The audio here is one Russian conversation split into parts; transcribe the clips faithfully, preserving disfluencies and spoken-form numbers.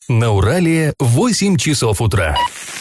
На Урале восемь часов утра.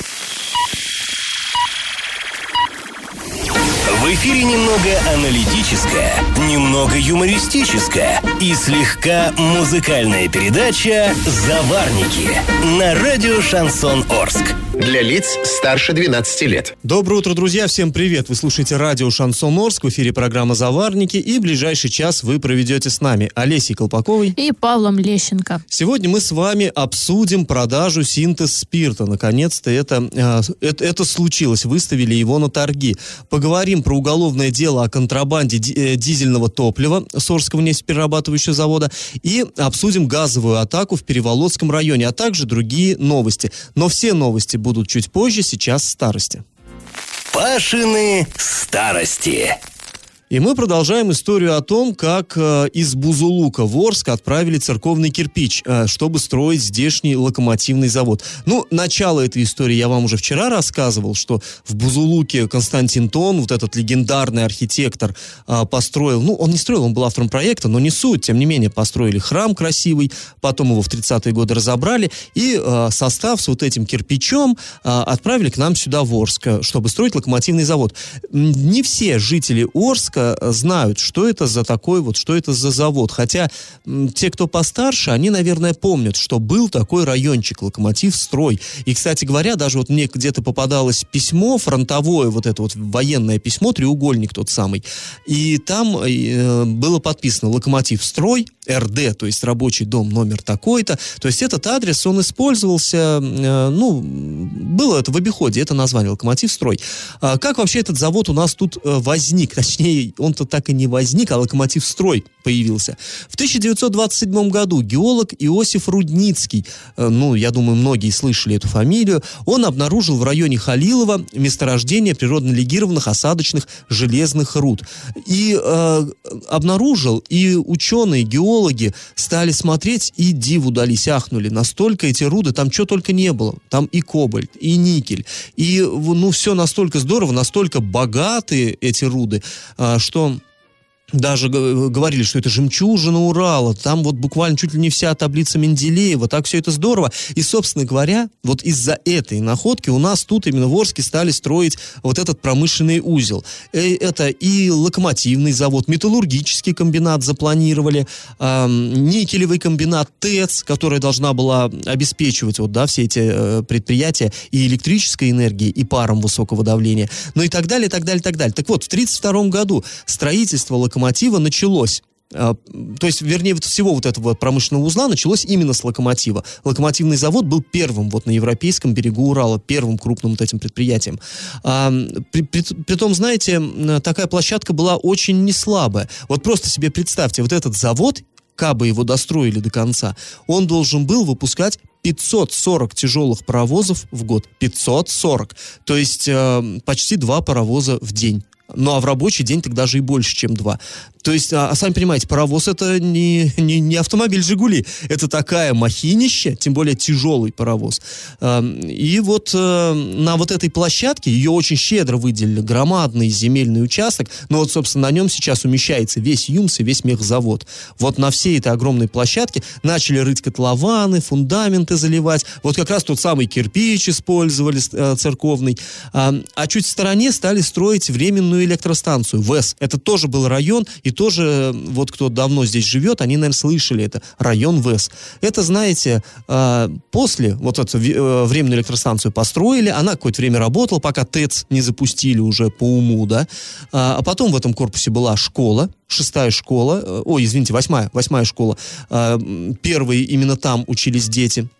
В эфире немного аналитическая, немного юмористическая и слегка музыкальная передача «Заварники» на радио «Шансон Орск». Для лиц старше двенадцати лет. Доброе утро, друзья, всем привет. Вы слушаете радио «Шансон Орск», в эфире программа «Заварники», и ближайший час вы проведете с нами Олесей Колпаковой и Павлом Лещенко. Сегодня мы с вами обсудим продажу синтез спирта. Наконец-то это, это, это случилось, выставили его на торги. Поговорим про уголовное дело о контрабанде дизельного топлива с Орского нефтеперерабатывающего завода и обсудим газовую атаку в Переволодском районе, а также другие новости. Но все новости будут будут чуть позже, сейчас старости. Пашины старости. И мы продолжаем историю о том, как э, из Бузулука в Орск отправили церковный кирпич, э, чтобы строить здешний локомотивный завод. Ну, начало этой истории я вам уже вчера рассказывал, что в Бузулуке Константин Тон, вот этот легендарный архитектор, э, построил, ну, он не строил, он был автором проекта, но не суть, тем не менее, построили храм красивый, потом его в тридцатые годы разобрали, и э, состав с вот этим кирпичом э, отправили к нам сюда в Орск, чтобы строить локомотивный завод. Не все жители Орска знают, что это за такой вот, что это за завод. Хотя м, те, кто постарше, они, наверное, помнят, что был такой райончик, Локомотивстрой. И, кстати говоря, даже вот мне где-то попадалось письмо, фронтовое, вот это вот военное письмо, треугольник тот самый. И там э, было подписано Локомотивстрой, эр дэ, то есть рабочий дом номер такой-то. То есть этот адрес, он использовался, э, ну, было это в обиходе, это название Локомотивстрой. А как вообще этот завод у нас тут э, возник? Точнее, он-то так и не возник, а Локомотивстрой появился. В тысяча девятьсот двадцать седьмом году геолог Иосиф Рудницкий, э, ну, я думаю, многие слышали эту фамилию, он обнаружил в районе Халилова месторождение природно-легированных осадочных железных руд. И э, обнаружил, и ученые, геологи стали смотреть и диву дались, ахнули. Настолько эти руды, там что только не было. Там и кобальт, и никель, и, ну, все настолько здорово, настолько богатые эти руды, что даже говорили, что это жемчужина Урала, там вот буквально чуть ли не вся таблица Менделеева, так все это здорово. И, собственно говоря, вот из-за этой находки у нас тут именно в Орске стали строить вот этот промышленный узел. Это и локомотивный завод, металлургический комбинат запланировали, э, никелевый комбинат ТЭЦ, которая должна была обеспечивать вот, да, все эти э, предприятия и электрической энергией, и паром высокого давления, ну и так далее, и так далее, и так далее. Так вот, в тридцать втором году строительство локомотива локомотива началось. То есть, вернее, всего вот этого промышленного узла началось именно с локомотива. Локомотивный завод был первым вот на европейском берегу Урала, первым крупным вот этим предприятием. А, при, при, притом, знаете, такая площадка была очень неслабая. Вот просто себе представьте, вот этот завод, кабы его достроили до конца, он должен был выпускать пятьсот сорок тяжелых паровозов в год. пятьсот сорок. То есть э, почти два паровоза в день. Ну, а в рабочий день так даже и больше, чем два. То есть, а, а сами понимаете, паровоз это не, не, не автомобиль «Жигули». Это такая махинища, тем более тяжелый паровоз. А, и вот а, на вот этой площадке ее очень щедро выделили, громадный земельный участок. Но вот, собственно, на нем сейчас умещается весь ЮМС и весь мехзавод. Вот на всей этой огромной площадке начали рыть котлованы, фундаменты заливать. Вот как раз тот самый кирпич использовали а, церковный. А, а чуть в стороне стали строить временную электростанцию ВЭС. Это тоже был район, и тоже, вот кто давно здесь живет, они, наверное, слышали это, район ВЭС. Это, знаете, после вот эту временную электростанцию построили, она какое-то время работала, пока ТЭЦ не запустили уже по уму, да, а потом в этом корпусе была школа, шестая школа, ой, извините, восьмая, восьмая школа, первые именно там учились дети.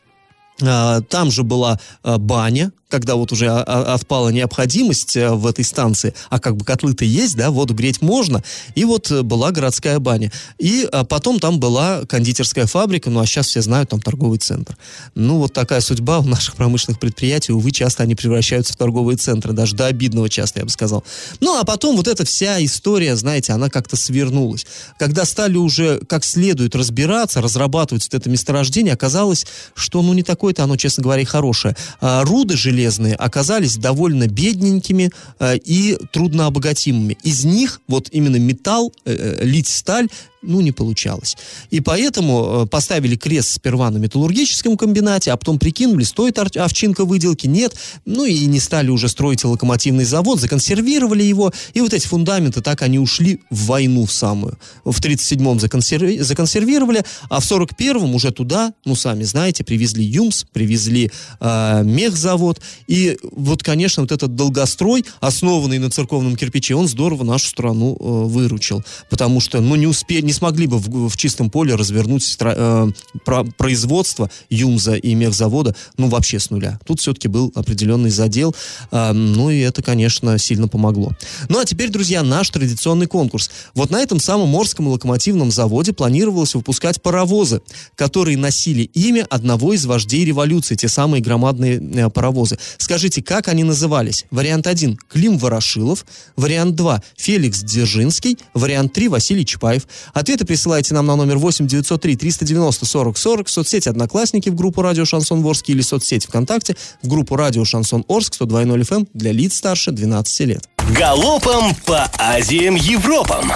Там же была баня, когда вот уже отпала необходимость в этой станции, а как бы котлы-то есть, да, воду греть можно, и вот была городская баня. И потом там была кондитерская фабрика, ну а сейчас все знают, там торговый центр. Ну вот такая судьба у наших промышленных предприятий, увы, часто они превращаются в торговые центры, даже до обидного часто, я бы сказал. Ну а потом вот эта вся история, знаете, она как-то свернулась. Когда стали уже как следует разбираться, разрабатывать вот это месторождение, оказалось, что ну не такое-то оно, честно говоря, и хорошее. А руды железные железные оказались довольно бедненькими э, и труднообогатимыми. Из них вот именно металл, э, лить сталь, ну, не получалось. И поэтому э, поставили крест сперва на металлургическом комбинате, а потом прикинули, стоит овчинка выделки, нет. Ну, и не стали уже строить локомотивный завод, законсервировали его, и вот эти фундаменты, так они ушли в войну в самую. В тридцать седьмом законсерви- законсервировали, а в сорок первом уже туда, ну, сами знаете, привезли ЮМС, привезли э, мехзавод, и вот, конечно, вот этот долгострой, основанный на церковном кирпиче, он здорово нашу страну э, выручил, потому что, ну, не успели, не смогли бы в, в чистом поле развернуть стра- э, про- производство ЮМЗа и мехзавода, ну, вообще с нуля. Тут все-таки был определенный задел, э, ну, и это, конечно, сильно помогло. Ну, а теперь, друзья, наш традиционный конкурс. Вот на этом самом Орском локомотивном заводе планировалось выпускать паровозы, которые носили имя одного из вождей революции, те самые громадные э, паровозы. Скажите, как они назывались? Вариант один – Клим Ворошилов, вариант два – Феликс Дзержинский, вариант три – Василий Чапаев. Ответы присылайте нам на номер восемь девятьсот три триста девяносто сорок сорок, в соцсети «Одноклассники» в группу «Радио Шансон Орск» или соцсети ВКонтакте в группу «Радио Шансон Орск» сто два ноль эф эм для лиц старше двенадцати лет. Галопом по Азиям Европам!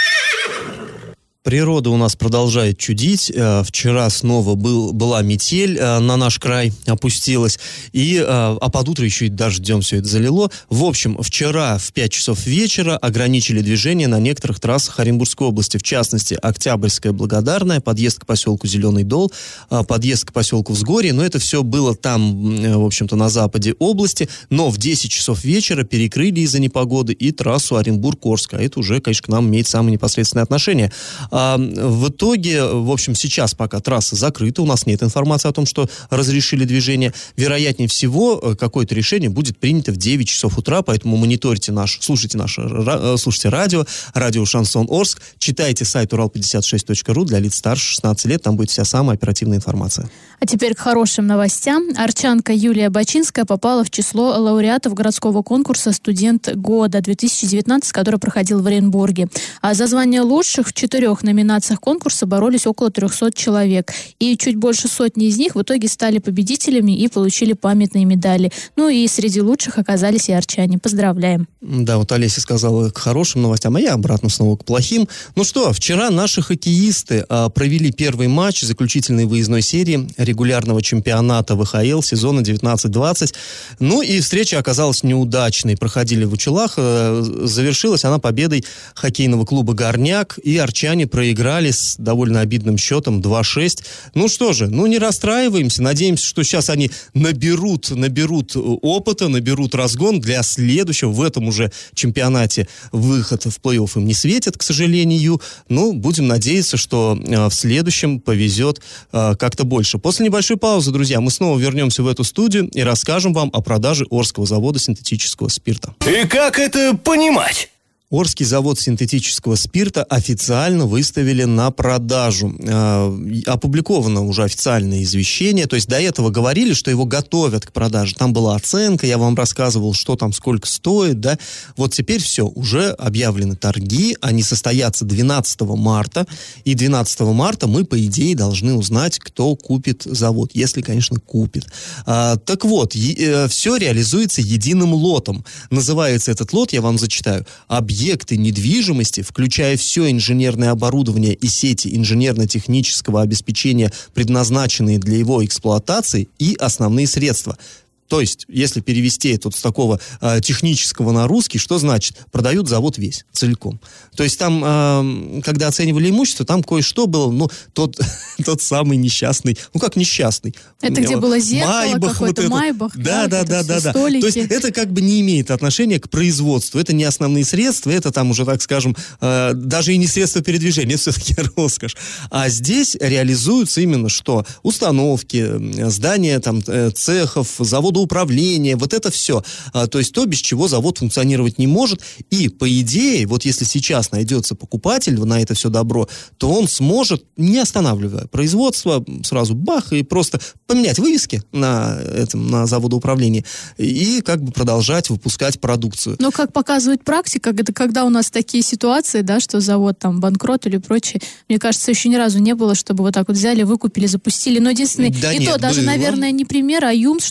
Природа у нас продолжает чудить. Вчера снова был, была метель на наш край, опустилась. И, а под утро еще и дождем все это залило. В общем, вчера в пять часов вечера ограничили движение на некоторых трассах Оренбургской области. В частности, Октябрьская, Благодарная, подъезд к поселку Зеленый Дол, подъезд к поселку Взгорье. Но это все было там, в общем-то, на западе области. Но в десять часов вечера перекрыли из-за непогоды и трассу Оренбург-Орск. А это уже, конечно, к нам имеет самое непосредственное отношение. А в итоге, в общем, сейчас пока трасса закрыта, у нас нет информации о том, что разрешили движение. Вероятнее всего, какое-то решение будет принято в девять часов утра, поэтому мониторьте наш, слушайте наше, слушайте радио, радио Шансон Орск, читайте сайт урал пятьдесят шесть точка ру для лиц старше шестнадцати лет, там будет вся самая оперативная информация. А теперь к хорошим новостям. Арчанка Юлия Бачинская попала в число лауреатов городского конкурса «Студент года» две тысячи девятнадцать, который проходил в Оренбурге. А за звание лучших в четырех номинациях конкурса боролись около трехсот человек. И чуть больше сотни из них в итоге стали победителями и получили памятные медали. Ну и среди лучших оказались и арчане. Поздравляем. Да, вот Олеся сказала к хорошим новостям, а я обратно снова к плохим. Ну что, вчера наши хоккеисты а, провели первый матч заключительной выездной серии регулярного чемпионата вэ ха эл сезона девятнадцать двадцать. Ну и встреча оказалась неудачной. Проходили в Учелах. Э, завершилась она победой хоккейного клуба «Горняк». И арчане проиграли с довольно обидным счетом два шесть. Ну что же, ну не расстраиваемся. Надеемся, что сейчас они наберут, наберут опыта, наберут разгон для следующего. В этом уже чемпионате выход в плей-офф им не светит, к сожалению. Ну, будем надеяться, что э, в следующем повезет э, как-то больше. После небольшой паузы, друзья, мы снова вернемся в эту студию и расскажем вам о продаже Орского завода синтетического спирта. И как это понимать? Орский завод синтетического спирта официально выставили на продажу. Э, опубликовано уже официальное извещение. То есть до этого говорили, что его готовят к продаже. Там была оценка, я вам рассказывал, что там, сколько стоит, да. Вот теперь все, уже объявлены торги. Они состоятся двенадцатого марта. И двенадцатого марта мы, по идее, должны узнать, кто купит завод. Если, конечно, купит. А, так вот, е- э, все реализуется единым лотом. Называется этот лот, я вам зачитаю, «Объект объекты недвижимости, включая все инженерное оборудование и сети инженерно-технического обеспечения, предназначенные для его эксплуатации, и основные средства». То есть, если перевести это вот с такого э, технического на русский, что значит? Продают завод весь, целиком. То есть там, э, когда оценивали имущество, там кое-что было, ну, тот, тот самый несчастный, ну, как несчастный. Это где было зеркало, Майбах, какой-то вот Майбах. Да, да, да, да, да. То есть это как бы не имеет отношения к производству. Это не основные средства, это там уже, так скажем, э, даже и не средства передвижения, это все-таки роскошь. А здесь реализуются именно что? Установки, здания там, цехов, заводы управления, вот это все. А, то есть то, без чего завод функционировать не может. И, по идее, вот если сейчас найдется покупатель на это все добро, то он сможет, не останавливая производство, сразу бах, и просто поменять вывески на, этом, на заводоуправлении и как бы продолжать выпускать продукцию. Но, как показывает практика, это когда у нас такие ситуации, да, что завод там банкрот или прочее, мне кажется, еще ни разу не было, чтобы вот так вот взяли, выкупили, запустили. Но единственный, да и нет, то даже, было. наверное, не пример, а ЮМС, что вот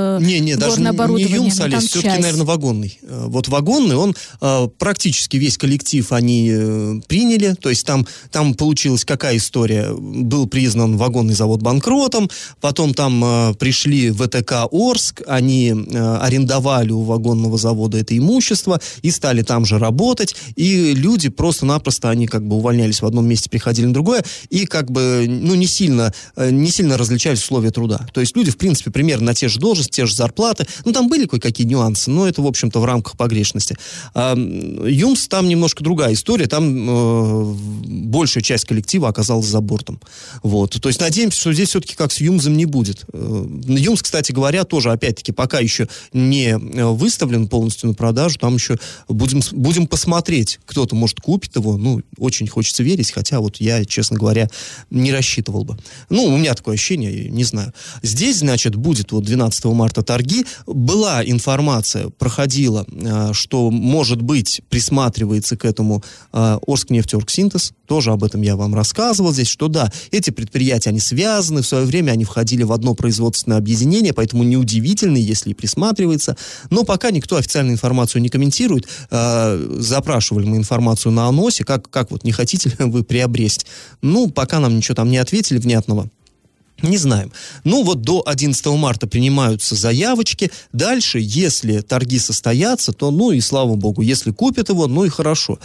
э, не, не, даже не ЮМС, Олесь, все-таки, часть. наверное, вагонный. Вот вагонный, он э, практически весь коллектив они э, приняли, то есть там, там получилась какая история? Был признан вагонный завод банкротом, потом там э, пришли ВТК Орск, они э, арендовали у вагонного завода это имущество и стали там же работать, и люди просто-напросто, они как бы увольнялись в одном месте, приходили на другое, и как бы, ну, не сильно, э, не сильно различались условия труда. То есть люди, в принципе, примерно на те же должности, те же зарплаты, ну, там были кое-какие нюансы, но это, в общем-то, в рамках погрешности. А ЮМС, там немножко другая история, там э, большая часть коллектива оказалась за бортом. Вот. То есть надеемся, что здесь все-таки как с ЮМСом не будет. ЮМС, кстати говоря, тоже, опять-таки, пока еще не выставлен полностью на продажу, там еще будем, будем посмотреть, кто-то, может, купит его, ну, очень хочется верить, хотя вот я, честно говоря, не рассчитывал бы. Ну, у меня такое ощущение, не знаю. Здесь, значит, будет вот двенадцатого марта торги. Была информация, проходила, что, может быть, присматривается к этому Орскнефтеоргсинтез. Тоже об этом я вам рассказывал здесь, что да, эти предприятия, они связаны, в свое время они входили в одно производственное объединение, поэтому неудивительно, если и присматривается. Но пока никто официальную информацию не комментирует. Запрашивали мы информацию на АНОСе, как, как вот не хотите ли вы приобрести. Ну, пока нам ничего там не ответили внятного. Не знаем. Ну, вот до одиннадцатого марта принимаются заявочки. Дальше, если торги состоятся, то, ну, и слава богу, если купят его, ну, и хорошо.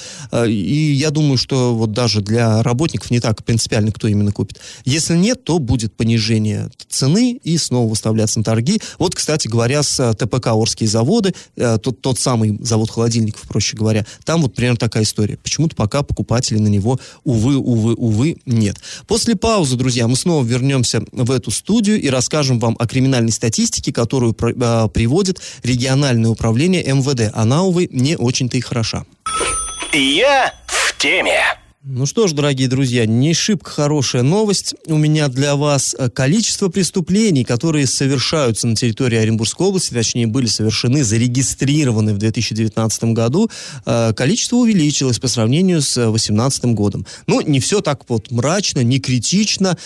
И я думаю, что вот даже для работников не так принципиально, кто именно купит. Если нет, то будет понижение цены и снова выставляться на торги. Вот, кстати говоря, с ТПК Орские заводы, тот, тот самый завод холодильников, проще говоря, там вот примерно такая история. Почему-то пока покупателей на него, увы, увы, увы, нет. После паузы, друзья, мы снова вернемся в эту студию и расскажем вам о криминальной статистике, которую э, приводит региональное управление эм вэ дэ. Она, увы, не очень-то и хороша. Я в теме. Ну что ж, дорогие друзья, не шибко хорошая новость у меня для вас. Количество преступлений, которые совершаются на территории Оренбургской области, точнее, были совершены, зарегистрированы в две тысячи девятнадцатом году, количество увеличилось по сравнению с две тысячи восемнадцатым годом. Ну, не все так вот мрачно, не критично,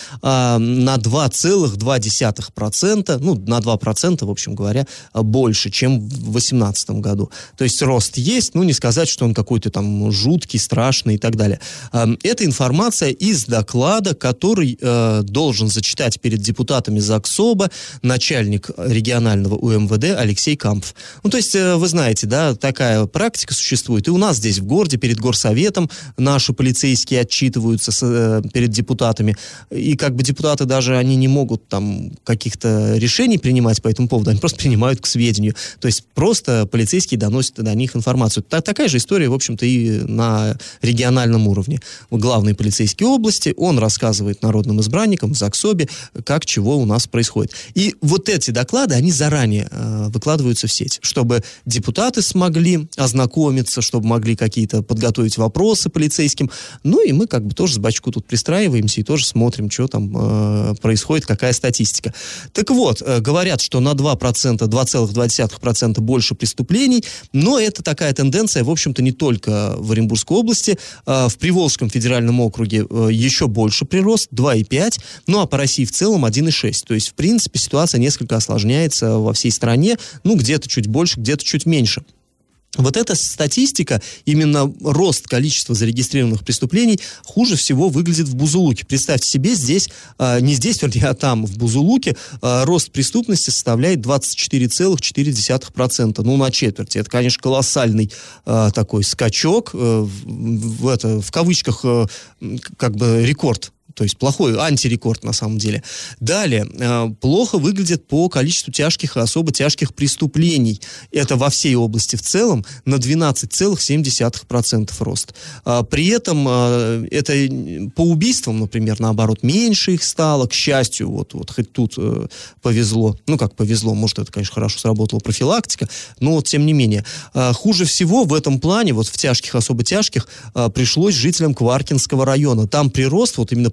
на два целых два десятых процента, ну, на два процента, в общем говоря, больше, чем в две тысячи восемнадцатом году. То есть рост есть, ну, не сказать, что он какой-то там жуткий, страшный и так далее. Это информация из доклада, который э, должен зачитать перед депутатами ЗАГСОБа начальник регионального у эм вэ дэ Алексей Кампф. Ну, то есть, э, вы знаете, да, такая практика существует. И у нас здесь в городе перед горсоветом наши полицейские отчитываются с, э, перед депутатами. И как бы депутаты даже, они не могут там каких-то решений принимать по этому поводу, они просто принимают к сведению. То есть, просто полицейские доносят до них информацию. Та, такая же история, в общем-то, и на региональном уровне. Главный полицейский области, он рассказывает народным избранникам в ЗАГСОБе, как чего у нас происходит. И вот эти доклады, они заранее э, выкладываются в сеть, чтобы депутаты смогли ознакомиться, чтобы могли какие-то подготовить вопросы полицейским. Ну и мы как бы тоже с бачку тут пристраиваемся и тоже смотрим, что там э, происходит, какая статистика. Так вот, э, говорят, что на два процента, два целых два десятых процента больше преступлений, но это такая тенденция, в общем-то, не только в Оренбургской области, э, в Приволжском Волжском федеральном округе э, еще больше прирост, два и пять, ну а по России в целом один и шесть. То есть, в принципе, ситуация несколько осложняется во всей стране, ну где-то чуть больше, где-то чуть меньше. Вот эта статистика, именно рост количества зарегистрированных преступлений, хуже всего выглядит в Бузулуке. Представьте себе, здесь, э, не здесь, вернее, а там, в Бузулуке, э, рост преступности составляет двадцать четыре целых четыре десятых процента. Ну, на четверти. Это, конечно, колоссальный э, такой скачок, э, в, в, это, в кавычках, э, как бы рекорд. То есть плохой антирекорд на самом деле. Далее, э, плохо выглядит по количеству тяжких и особо тяжких преступлений. Это во всей области в целом на двенадцать целых семь десятых процента рост. Э, при этом э, это по убийствам, например, наоборот, меньше их стало. К счастью, вот, вот хоть тут э, повезло. Ну, как повезло, может, это, конечно, хорошо сработала профилактика, но вот, тем не менее. Э, хуже всего в этом плане, вот в тяжких, особо тяжких, э, пришлось жителям Кваркинского района. Там прирост, вот именно по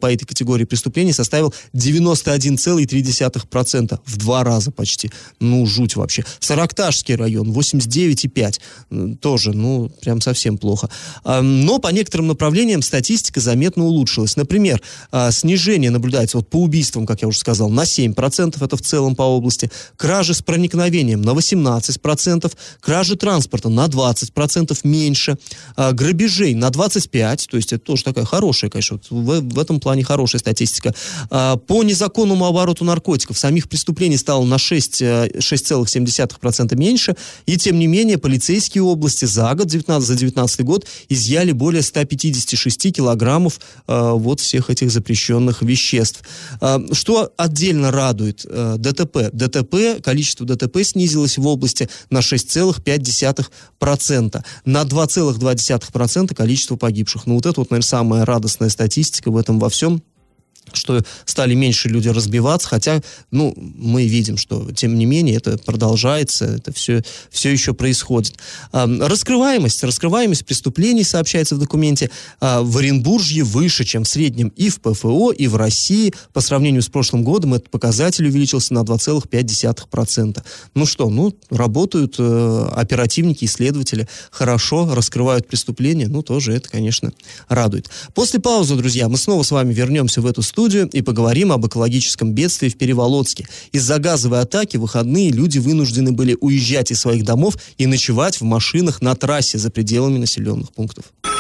по этой категории преступлений составил девяносто один целых три десятых процента. В два раза почти. Ну, жуть вообще. Сарыктажский район восемьдесят девять целых пять десятых. Тоже, ну, прям совсем плохо. Но по некоторым направлениям статистика заметно улучшилась. Например, снижение наблюдается вот по убийствам, как я уже сказал, на семь процентов, это в целом по области. Кражи с проникновением на восемнадцать процентов. Кражи транспорта на двадцать процентов меньше. Грабежей на двадцать пять процентов. То есть это тоже такая хорошая, конечно, в, в этом плане хорошая статистика. По незаконному обороту наркотиков самих преступлений стало на шесть целых семь десятых процента меньше. И тем не менее полицейские области за год, девятнадцатый, за девятнадцатый год, изъяли более ста пятидесяти шести килограммов э, вот всех этих запрещенных веществ. Э, что отдельно радует? Э, ДТП. ДТП, количество ДТП снизилось в области на шесть целых пять десятых процента. На два целых два десятых процента количество погибших. Ну вот это вот, наверное, самая радостная статистика в этом во всем, что стали меньше люди разбиваться, хотя, ну, мы видим, что, тем не менее, это продолжается, это все, все еще происходит. А, раскрываемость, раскрываемость преступлений, сообщается в документе, а, в Оренбуржье выше, чем в среднем и в ПФО, и в России. По сравнению с прошлым годом этот показатель увеличился на два целых пять десятых процента. Ну что, ну, работают э, оперативники, исследователи, хорошо раскрывают преступления, ну, тоже это, конечно, радует. После паузы, друзья, мы снова с вами вернемся в эту студию, студию и поговорим об экологическом бедствии в Переволодске. Из-за газовой атаки в выходные люди вынуждены были уезжать из своих домов и ночевать в машинах на трассе за пределами населенных пунктов.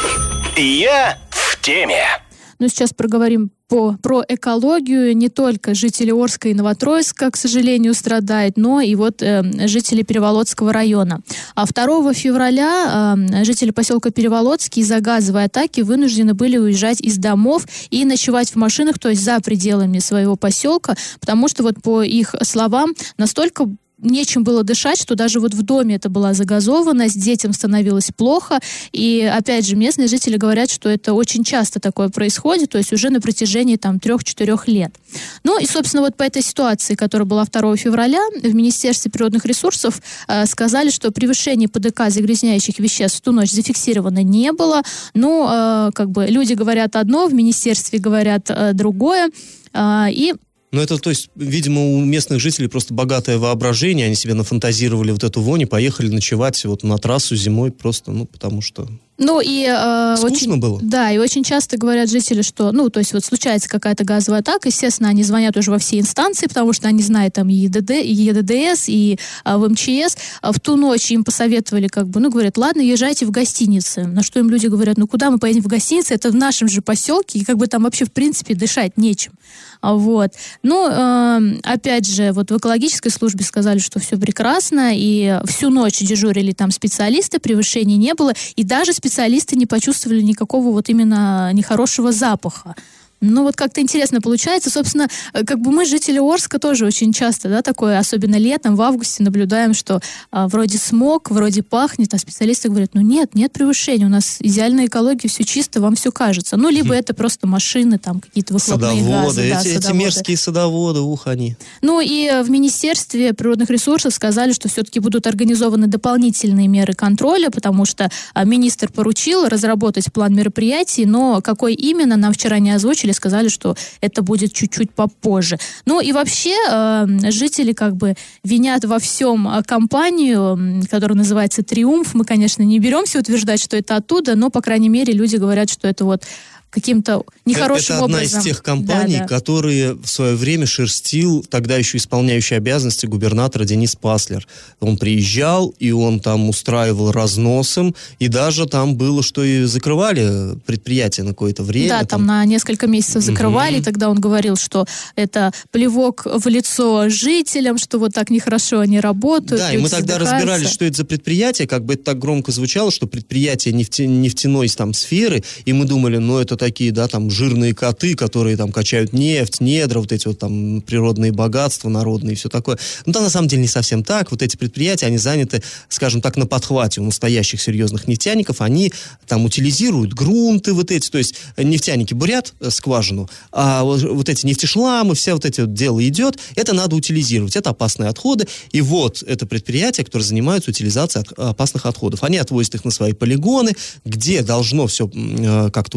Я в теме. Ну, сейчас проговорим по, про экологию. Не только жители Орска и Новотроицка, к сожалению, страдают, но и вот э, жители Переволодского района. А второго февраля э, жители поселка Переволодский из-за газовой атаки вынуждены были уезжать из домов и ночевать в машинах, то есть за пределами своего поселка, потому что вот по их словам настолько нечем было дышать, что даже вот в доме это была загазованность, детям становилось плохо. И, опять же, местные жители говорят, что это очень часто такое происходит, то есть уже на протяжении там трех-четырех лет. Ну и, собственно, вот по этой ситуации, которая была второго февраля, в Министерстве природных ресурсов э, сказали, что превышение ПДК загрязняющих веществ в ту ночь зафиксировано не было. Ну, э, как бы люди говорят одно, в Министерстве говорят э, другое. Э, и Ну, это, то есть, видимо, у местных жителей просто богатое воображение, они себе нафантазировали вот эту вонь и поехали ночевать вот на трассу зимой просто, ну, потому что... Ну и э, скучно очень, было. Да, и очень часто говорят жители, что, ну, то есть вот случается какая-то газовая атака, естественно, они звонят уже во все инстанции, потому что они знают там и ЕДД, и ЕДДС, и а, в МЧС. А в ту ночь им посоветовали, как бы, ну, говорят, ладно, езжайте в гостиницы. На что им люди говорят, ну, куда мы поедем в гостиницы? Это в нашем же поселке, и как бы там вообще, в принципе, дышать нечем. Вот. Ну, э, опять же, вот в экологической службе сказали, что все прекрасно, и всю ночь дежурили там специалисты, превышений не было, и даже специалисты не почувствовали никакого вот именно нехорошего запаха. Ну, вот как-то интересно получается. Собственно, как бы мы, жители Орска, тоже очень часто, да, такое, особенно летом, в августе, наблюдаем, что а, вроде смог, вроде пахнет, а специалисты говорят, ну нет, нет превышения, у нас идеальная экология, все чисто, вам все кажется. Ну, либо это просто машины, там, какие-то выхлопные садоводы, газы. Эти, да, эти садоводы. мерзкие садоводы, ух, они. Ну, и в Министерстве природных ресурсов сказали, что все-таки будут организованы дополнительные меры контроля, потому что а, министр поручил разработать план мероприятий, но какой именно, нам вчера не озвучили, сказали, что это будет чуть-чуть попозже. Ну и вообще э, жители как бы винят во всем компанию, которая называется «Триумф». Мы, конечно, не беремся утверждать, что это оттуда, но, по крайней мере, люди говорят, что это вот каким-то нехорошим это одна образом. из тех компаний, да, да. которые в свое время шерстил тогда еще исполняющий обязанности губернатора Денис Паслер. Он приезжал, и он там устраивал разносом, и даже там было, что и закрывали предприятие на какое-то время. Да, там, там на несколько месяцев закрывали, угу. И тогда он говорил, что это плевок в лицо жителям, что вот так нехорошо они работают. Да, и мы тогда разбирались, что это за предприятие, как бы это так громко звучало, что предприятие нефте, нефтяной там сферы, и мы думали, ну это такие, да, там, жирные коты, которые там качают нефть, недра, вот эти вот там природные богатства народные и все такое. Но там на самом деле не совсем так. Вот эти предприятия, они заняты, скажем так, на подхвате у настоящих серьезных нефтяников. Они там утилизируют грунты вот эти, то есть нефтяники бурят скважину, а вот, вот эти нефтешламы, все вот эти вот дело идет, это надо утилизировать, это опасные отходы. И вот это предприятие, которое занимается утилизацией от, опасных отходов. Они отвозят их на свои полигоны, где должно все э, как-то утилизироваться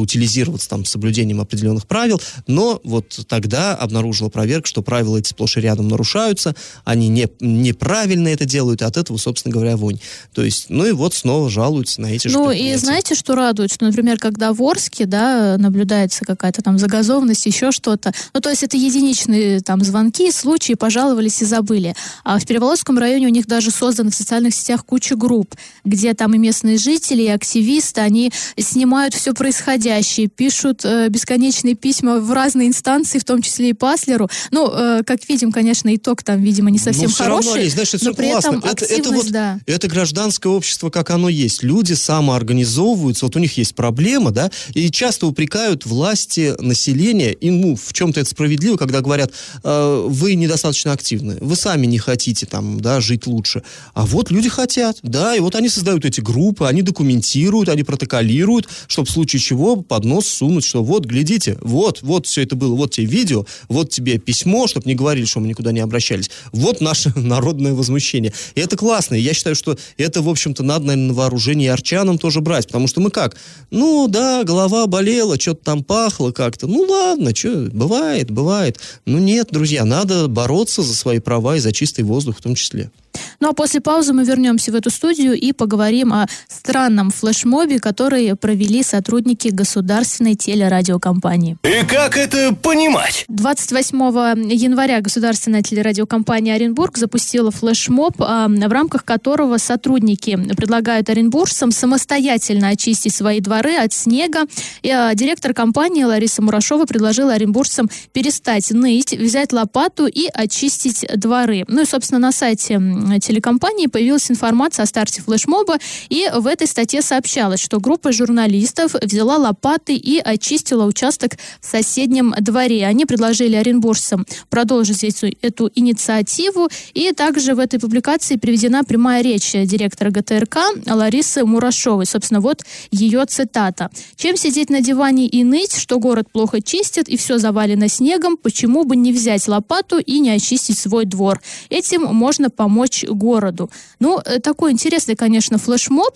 контролироваться там соблюдением определенных правил, но вот тогда обнаружила проверка, что правила эти сплошь и рядом нарушаются, они не, неправильно это делают, и от этого, собственно говоря, вонь. То есть, ну и вот снова жалуются на эти же Ну предприятия. и знаете, что радует? Что, например, когда в Орске, да, наблюдается какая-то там загазованность, еще что-то, ну то есть это единичные там звонки, случаи, пожаловались и забыли. А в Переволжском районе у них даже созданы в социальных сетях куча групп, где там и местные жители, и активисты, они снимают все происходящее, пишут э, бесконечные письма в разные инстанции, в том числе и Паслеру. Ну, э, как видим, конечно, итог там, видимо, не совсем ну, все хороший, равно есть, знаешь, это но все при классно. этом Это, активность, это, вот, да. это гражданское общество, как оно есть. Люди самоорганизовываются, вот у них есть проблема, да, и часто упрекают власти, население, и, ну, в чем-то это справедливо, когда говорят, э, вы недостаточно активны, вы сами не хотите там, да, жить лучше. А вот люди хотят, да, и вот они создают эти группы, они документируют, они протоколируют, чтобы в случае чего под нос сунуть, что вот, глядите, вот, вот все это было, вот тебе видео, вот тебе письмо, чтобы не говорили, что мы никуда не обращались. Вот наше народное возмущение. И это классно. И я считаю, что это, в общем-то, надо, наверное, на вооружение и арчанам тоже брать, потому что мы как? Ну, да, голова болела, что-то там пахло как-то. Ну, ладно, что, бывает, бывает. Ну, нет, друзья, надо бороться за свои права и за чистый воздух в том числе. Ну а после паузы мы вернемся в эту студию и поговорим о странном флешмобе, который провели сотрудники государственной телерадиокомпании. И как это понимать? двадцать восьмого января государственная телерадиокомпания «Оренбург» запустила флешмоб, в рамках которого сотрудники предлагают оренбуржцам самостоятельно очистить свои дворы от снега. И директор компании Лариса Мурашова предложила оренбуржцам перестать ныть, взять лопату и очистить дворы. Ну и, собственно, на сайте телекомпании появилась информация о старте флешмоба, и в этой статье сообщалось, что группа журналистов взяла лопаты и очистила участок в соседнем дворе. Они предложили оренбуржцам продолжить эту, эту инициативу, и также в этой публикации приведена прямая речь директора ГТРК Ларисы Мурашовой. Собственно, вот ее цитата. «Чем сидеть на диване и ныть, что город плохо чистит и все завалено снегом, почему бы не взять лопату и не очистить свой двор? Этим можно помочь городу». Ну, такой интересный, конечно, флешмоб.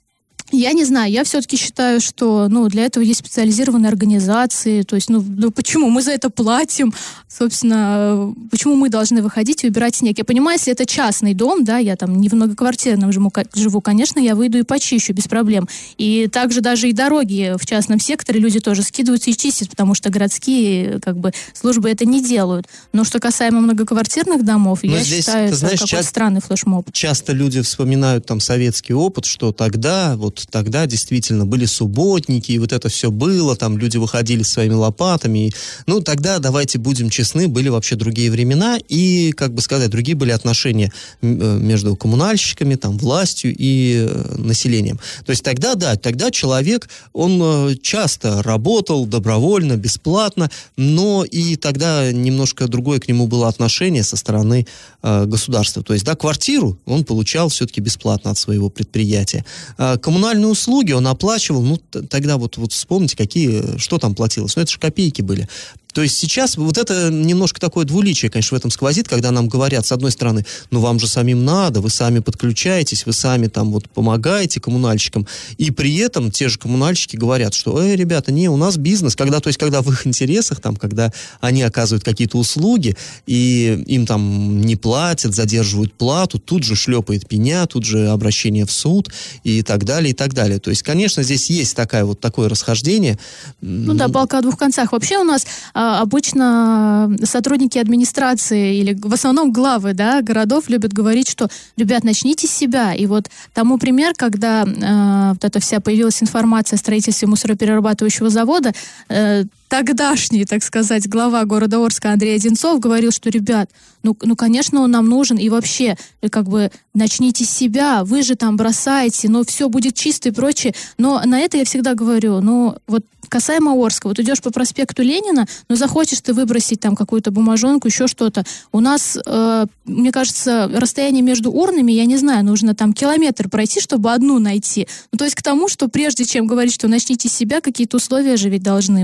Я не знаю, я все-таки считаю, что ну, для этого есть специализированные организации, то есть, ну, ну почему мы за это платим, собственно, почему мы должны выходить и убирать снег? Я понимаю, если это частный дом, да, я там не в многоквартирном живу, конечно, я выйду и почищу без проблем. И также даже и дороги в частном секторе люди тоже скидываются и чистят, потому что городские, как бы, службы это не делают. Но что касаемо многоквартирных домов, Но я здесь, считаю, это знаешь, какой-то часто, странный флешмоб. Часто люди вспоминают там советский опыт, что тогда, вот тогда действительно были субботники, и вот это все было, там люди выходили с своими лопатами. И, ну, тогда, давайте будем честны, были вообще другие времена, и, как бы сказать, другие были отношения между коммунальщиками, там, властью и населением. То есть тогда, да, тогда человек, он часто работал добровольно, бесплатно, но и тогда немножко другое к нему было отношение со стороны э, государства. То есть, да, квартиру он получал все-таки бесплатно от своего предприятия. Э, коммунальные услуги он оплачивал, ну, т- тогда вот, вот вспомните, какие, что там платилось. Ну, это же копейки были. То есть сейчас вот это немножко такое двуличие, конечно, в этом сквозит, когда нам говорят, с одной стороны, ну вам же самим надо, вы сами подключаетесь, вы сами там вот помогаете коммунальщикам, и при этом те же коммунальщики говорят, что, эй, ребята, не, у нас бизнес, когда, то есть когда в их интересах, там, когда они оказывают какие-то услуги, и им там не платят, задерживают плату, тут же шлепает пеня, тут же обращение в суд, и так далее, и так далее. То есть, конечно, здесь есть такая вот такое расхождение. Ну да, палка о двух концах. Вообще у нас а, обычно сотрудники администрации или в основном главы, да, городов любят говорить, что, ребят, начните с себя. И вот тому пример, когда э, вот эта вся появилась информация о строительстве мусороперерабатывающего завода, э, тогдашний, так сказать, глава города Орска Андрей Одинцов говорил, что, ребят, ну, ну, конечно, он нам нужен, и вообще, как бы, начните с себя, вы же там бросаете, но все будет чисто и прочее. Но на это я всегда говорю, ну, вот касаемо Орска, вот идешь по проспекту Ленина, но захочешь ты выбросить там какую-то бумажонку, еще что-то. У нас, э, мне кажется, расстояние между урнами, я не знаю, нужно там километр пройти, чтобы одну найти. Ну, то есть к тому, что прежде чем говорить, что начните с себя, какие-то условия же ведь должны быть.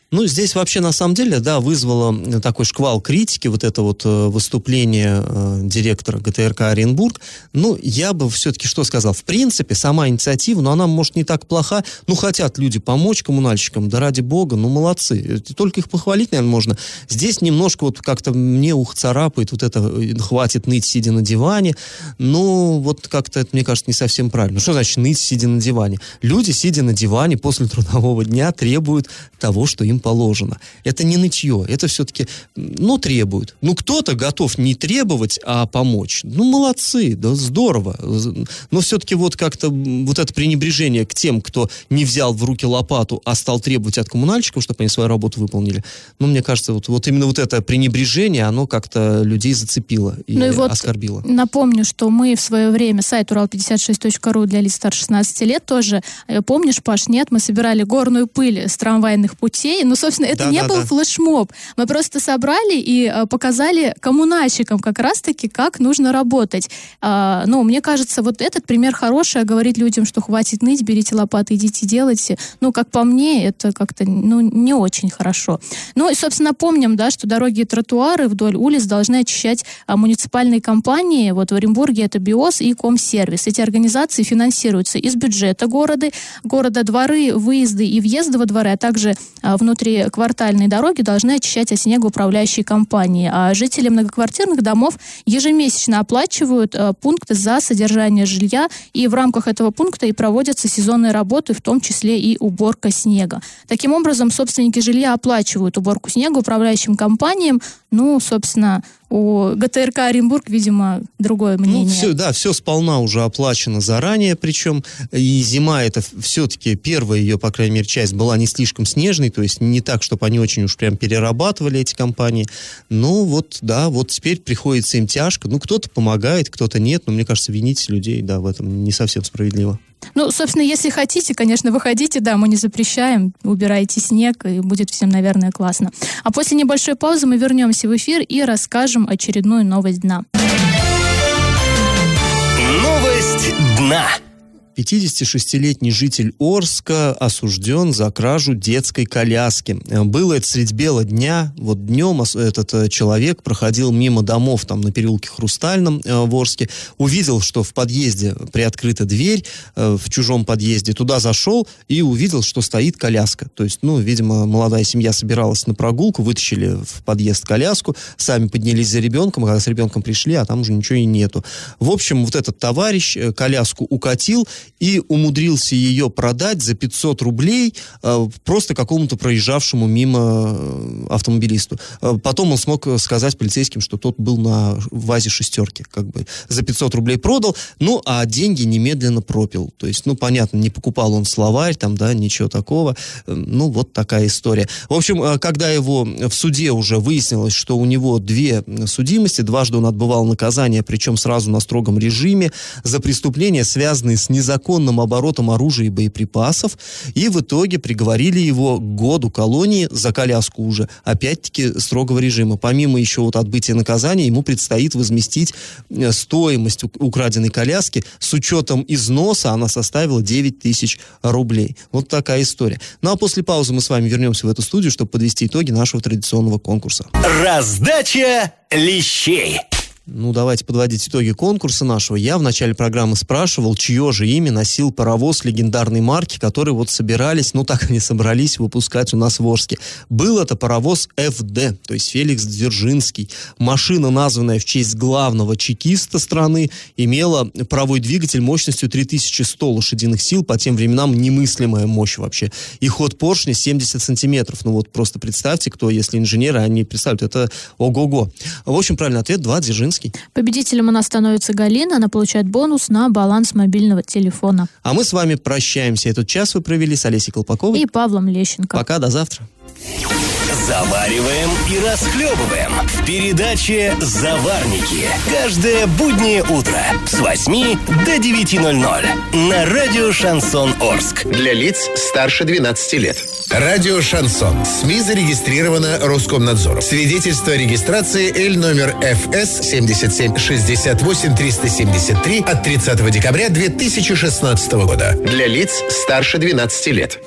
Ну, здесь вообще, на самом деле, да, вызвало такой шквал критики, вот это вот э, выступление э, директора ГТРК Оренбург. Ну, я бы все-таки что сказал? В принципе, сама инициатива, ну, она, может, не так плоха. Ну, хотят люди помочь коммунальщикам, да ради бога, ну, молодцы. Только их похвалить, наверное, можно. Здесь немножко вот как-то мне ухо царапает, вот это хватит ныть, сидя на диване. Ну, вот как-то это, мне кажется, не совсем правильно. Что значит ныть, сидя на диване? Люди, сидя на диване после трудового дня, требуют того, что им положено. Это не нытье, это все-таки, ну, требуют. Ну, кто-то готов не требовать, а помочь. Ну, молодцы, да, здорово. Но все-таки вот как-то вот это пренебрежение к тем, кто не взял в руки лопату, а стал требовать от коммунальщиков, чтобы они свою работу выполнили. Ну, мне кажется, вот, вот именно вот это пренебрежение, оно как-то людей зацепило и, ну и вот оскорбило. Напомню, что мы в свое время сайт урал пятьдесят шесть точка ру для лиц старше шестнадцати лет тоже, помнишь, Паш, нет, мы собирали горную пыль с трамвайных путей. Ну, собственно, это да, не да, был да. флешмоб. Мы просто собрали и а, показали коммунальщикам как раз-таки, как нужно работать. А, ну, мне кажется, вот этот пример хороший, говорить людям, что хватит ныть, берите лопаты, идите делайте. Ну, как по мне, это как-то, ну, не очень хорошо. Ну, и, собственно, помним, да, что дороги и тротуары вдоль улиц должны очищать а, муниципальные компании. Вот в Оренбурге это БИОС и Комсервис. Эти организации финансируются из бюджета города, города дворы, выезды и въезды во дворы, а также а, внутри внутриквартальные дороги должны очищать от снега управляющие компании, а жители многоквартирных домов ежемесячно оплачивают э, пункты за содержание жилья, и в рамках этого пункта и проводятся сезонные работы, в том числе и уборка снега. Таким образом, собственники жилья оплачивают уборку снега управляющим компаниям. Ну, собственно, у ГТРК Оренбург, видимо, другое мнение. Ну, все, да, все сполна уже оплачено заранее, причем и зима это все-таки первая ее, по крайней мере, часть была не слишком снежной, то есть не так, чтобы они очень уж прям перерабатывали эти компании. Ну, вот, да, вот теперь приходится им тяжко. Ну, кто-то помогает, кто-то нет, но мне кажется, винить людей, да, в этом не совсем справедливо. Ну, собственно, если хотите, конечно, выходите, да, мы не запрещаем, убирайте снег, и будет всем, наверное, классно. А после небольшой паузы мы вернемся в эфир и расскажем очередную новость дна. Новость дна. пятидесятишестилетний житель Орска осужден за кражу детской коляски. Было это средь бела дня. Вот днем этот человек проходил мимо домов там на переулке Хрустальном в Орске, увидел, что в подъезде приоткрыта дверь, в чужом подъезде, туда зашел и увидел, что стоит коляска. То есть, ну, видимо, молодая семья собиралась на прогулку, вытащили в подъезд коляску, сами поднялись за ребенком, а когда с ребенком пришли, а там уже ничего и нету. В общем, вот этот товарищ коляску укатил и умудрился ее продать за пятьсот рублей э, просто какому-то проезжавшему мимо автомобилисту. Э, потом он смог сказать полицейским, что тот был на ВАЗе шестерки, как бы за пятьсот рублей продал, ну, а деньги немедленно пропил. То есть, ну, понятно, не покупал он словарь, там, да, ничего такого. Э, ну, вот такая история. В общем, э, когда его в суде уже выяснилось, что у него две судимости, дважды он отбывал наказание, причем сразу на строгом режиме, за преступления, связанные с незаконным законным оборотом оружия и боеприпасов, и в итоге приговорили его к году колонии за коляску уже, опять-таки, строгого режима. Помимо еще вот отбытия наказания, ему предстоит возместить стоимость украденной коляски. С учетом износа она составила девять тысяч рублей. Вот такая история. Ну а после паузы мы с вами вернемся в эту студию, чтобы подвести итоги нашего традиционного конкурса. Раздача лещей. Ну, давайте подводить итоги конкурса нашего. Я в начале программы спрашивал, чье же имя носил паровоз легендарной марки, который вот собирались, ну, так они собрались выпускать у нас в Орске. Был это паровоз эф дэ, то есть Феликс Дзержинский. Машина, названная в честь главного чекиста страны, имела паровой двигатель мощностью три тысячи сто лошадиных сил, по тем временам немыслимая мощь вообще. И ход поршня семьдесят сантиметров. Ну, вот просто представьте, кто, если инженеры, они представляют, это ого-го. В общем, правильный ответ два, Дзержинский. Победителем у нас становится Галина, она получает бонус на баланс мобильного телефона. А мы с вами прощаемся. Этот час вы провели с Олесей Колпаковой и Павлом Лещенко. Пока, до завтра. Завариваем и расхлебываем в передаче «Заварники». Каждое буднее утро с восьми до девяти ноль-ноль на радио «Шансон Орск». Для лиц старше двенадцати лет. Радио «Шансон». СМИ зарегистрировано Роскомнадзором. Свидетельство о регистрации Л номер эф эс семьдесят семь шестьдесят восемь триста семьдесят три от тридцатого декабря две тысячи шестнадцатого года. Для лиц старше двенадцати лет.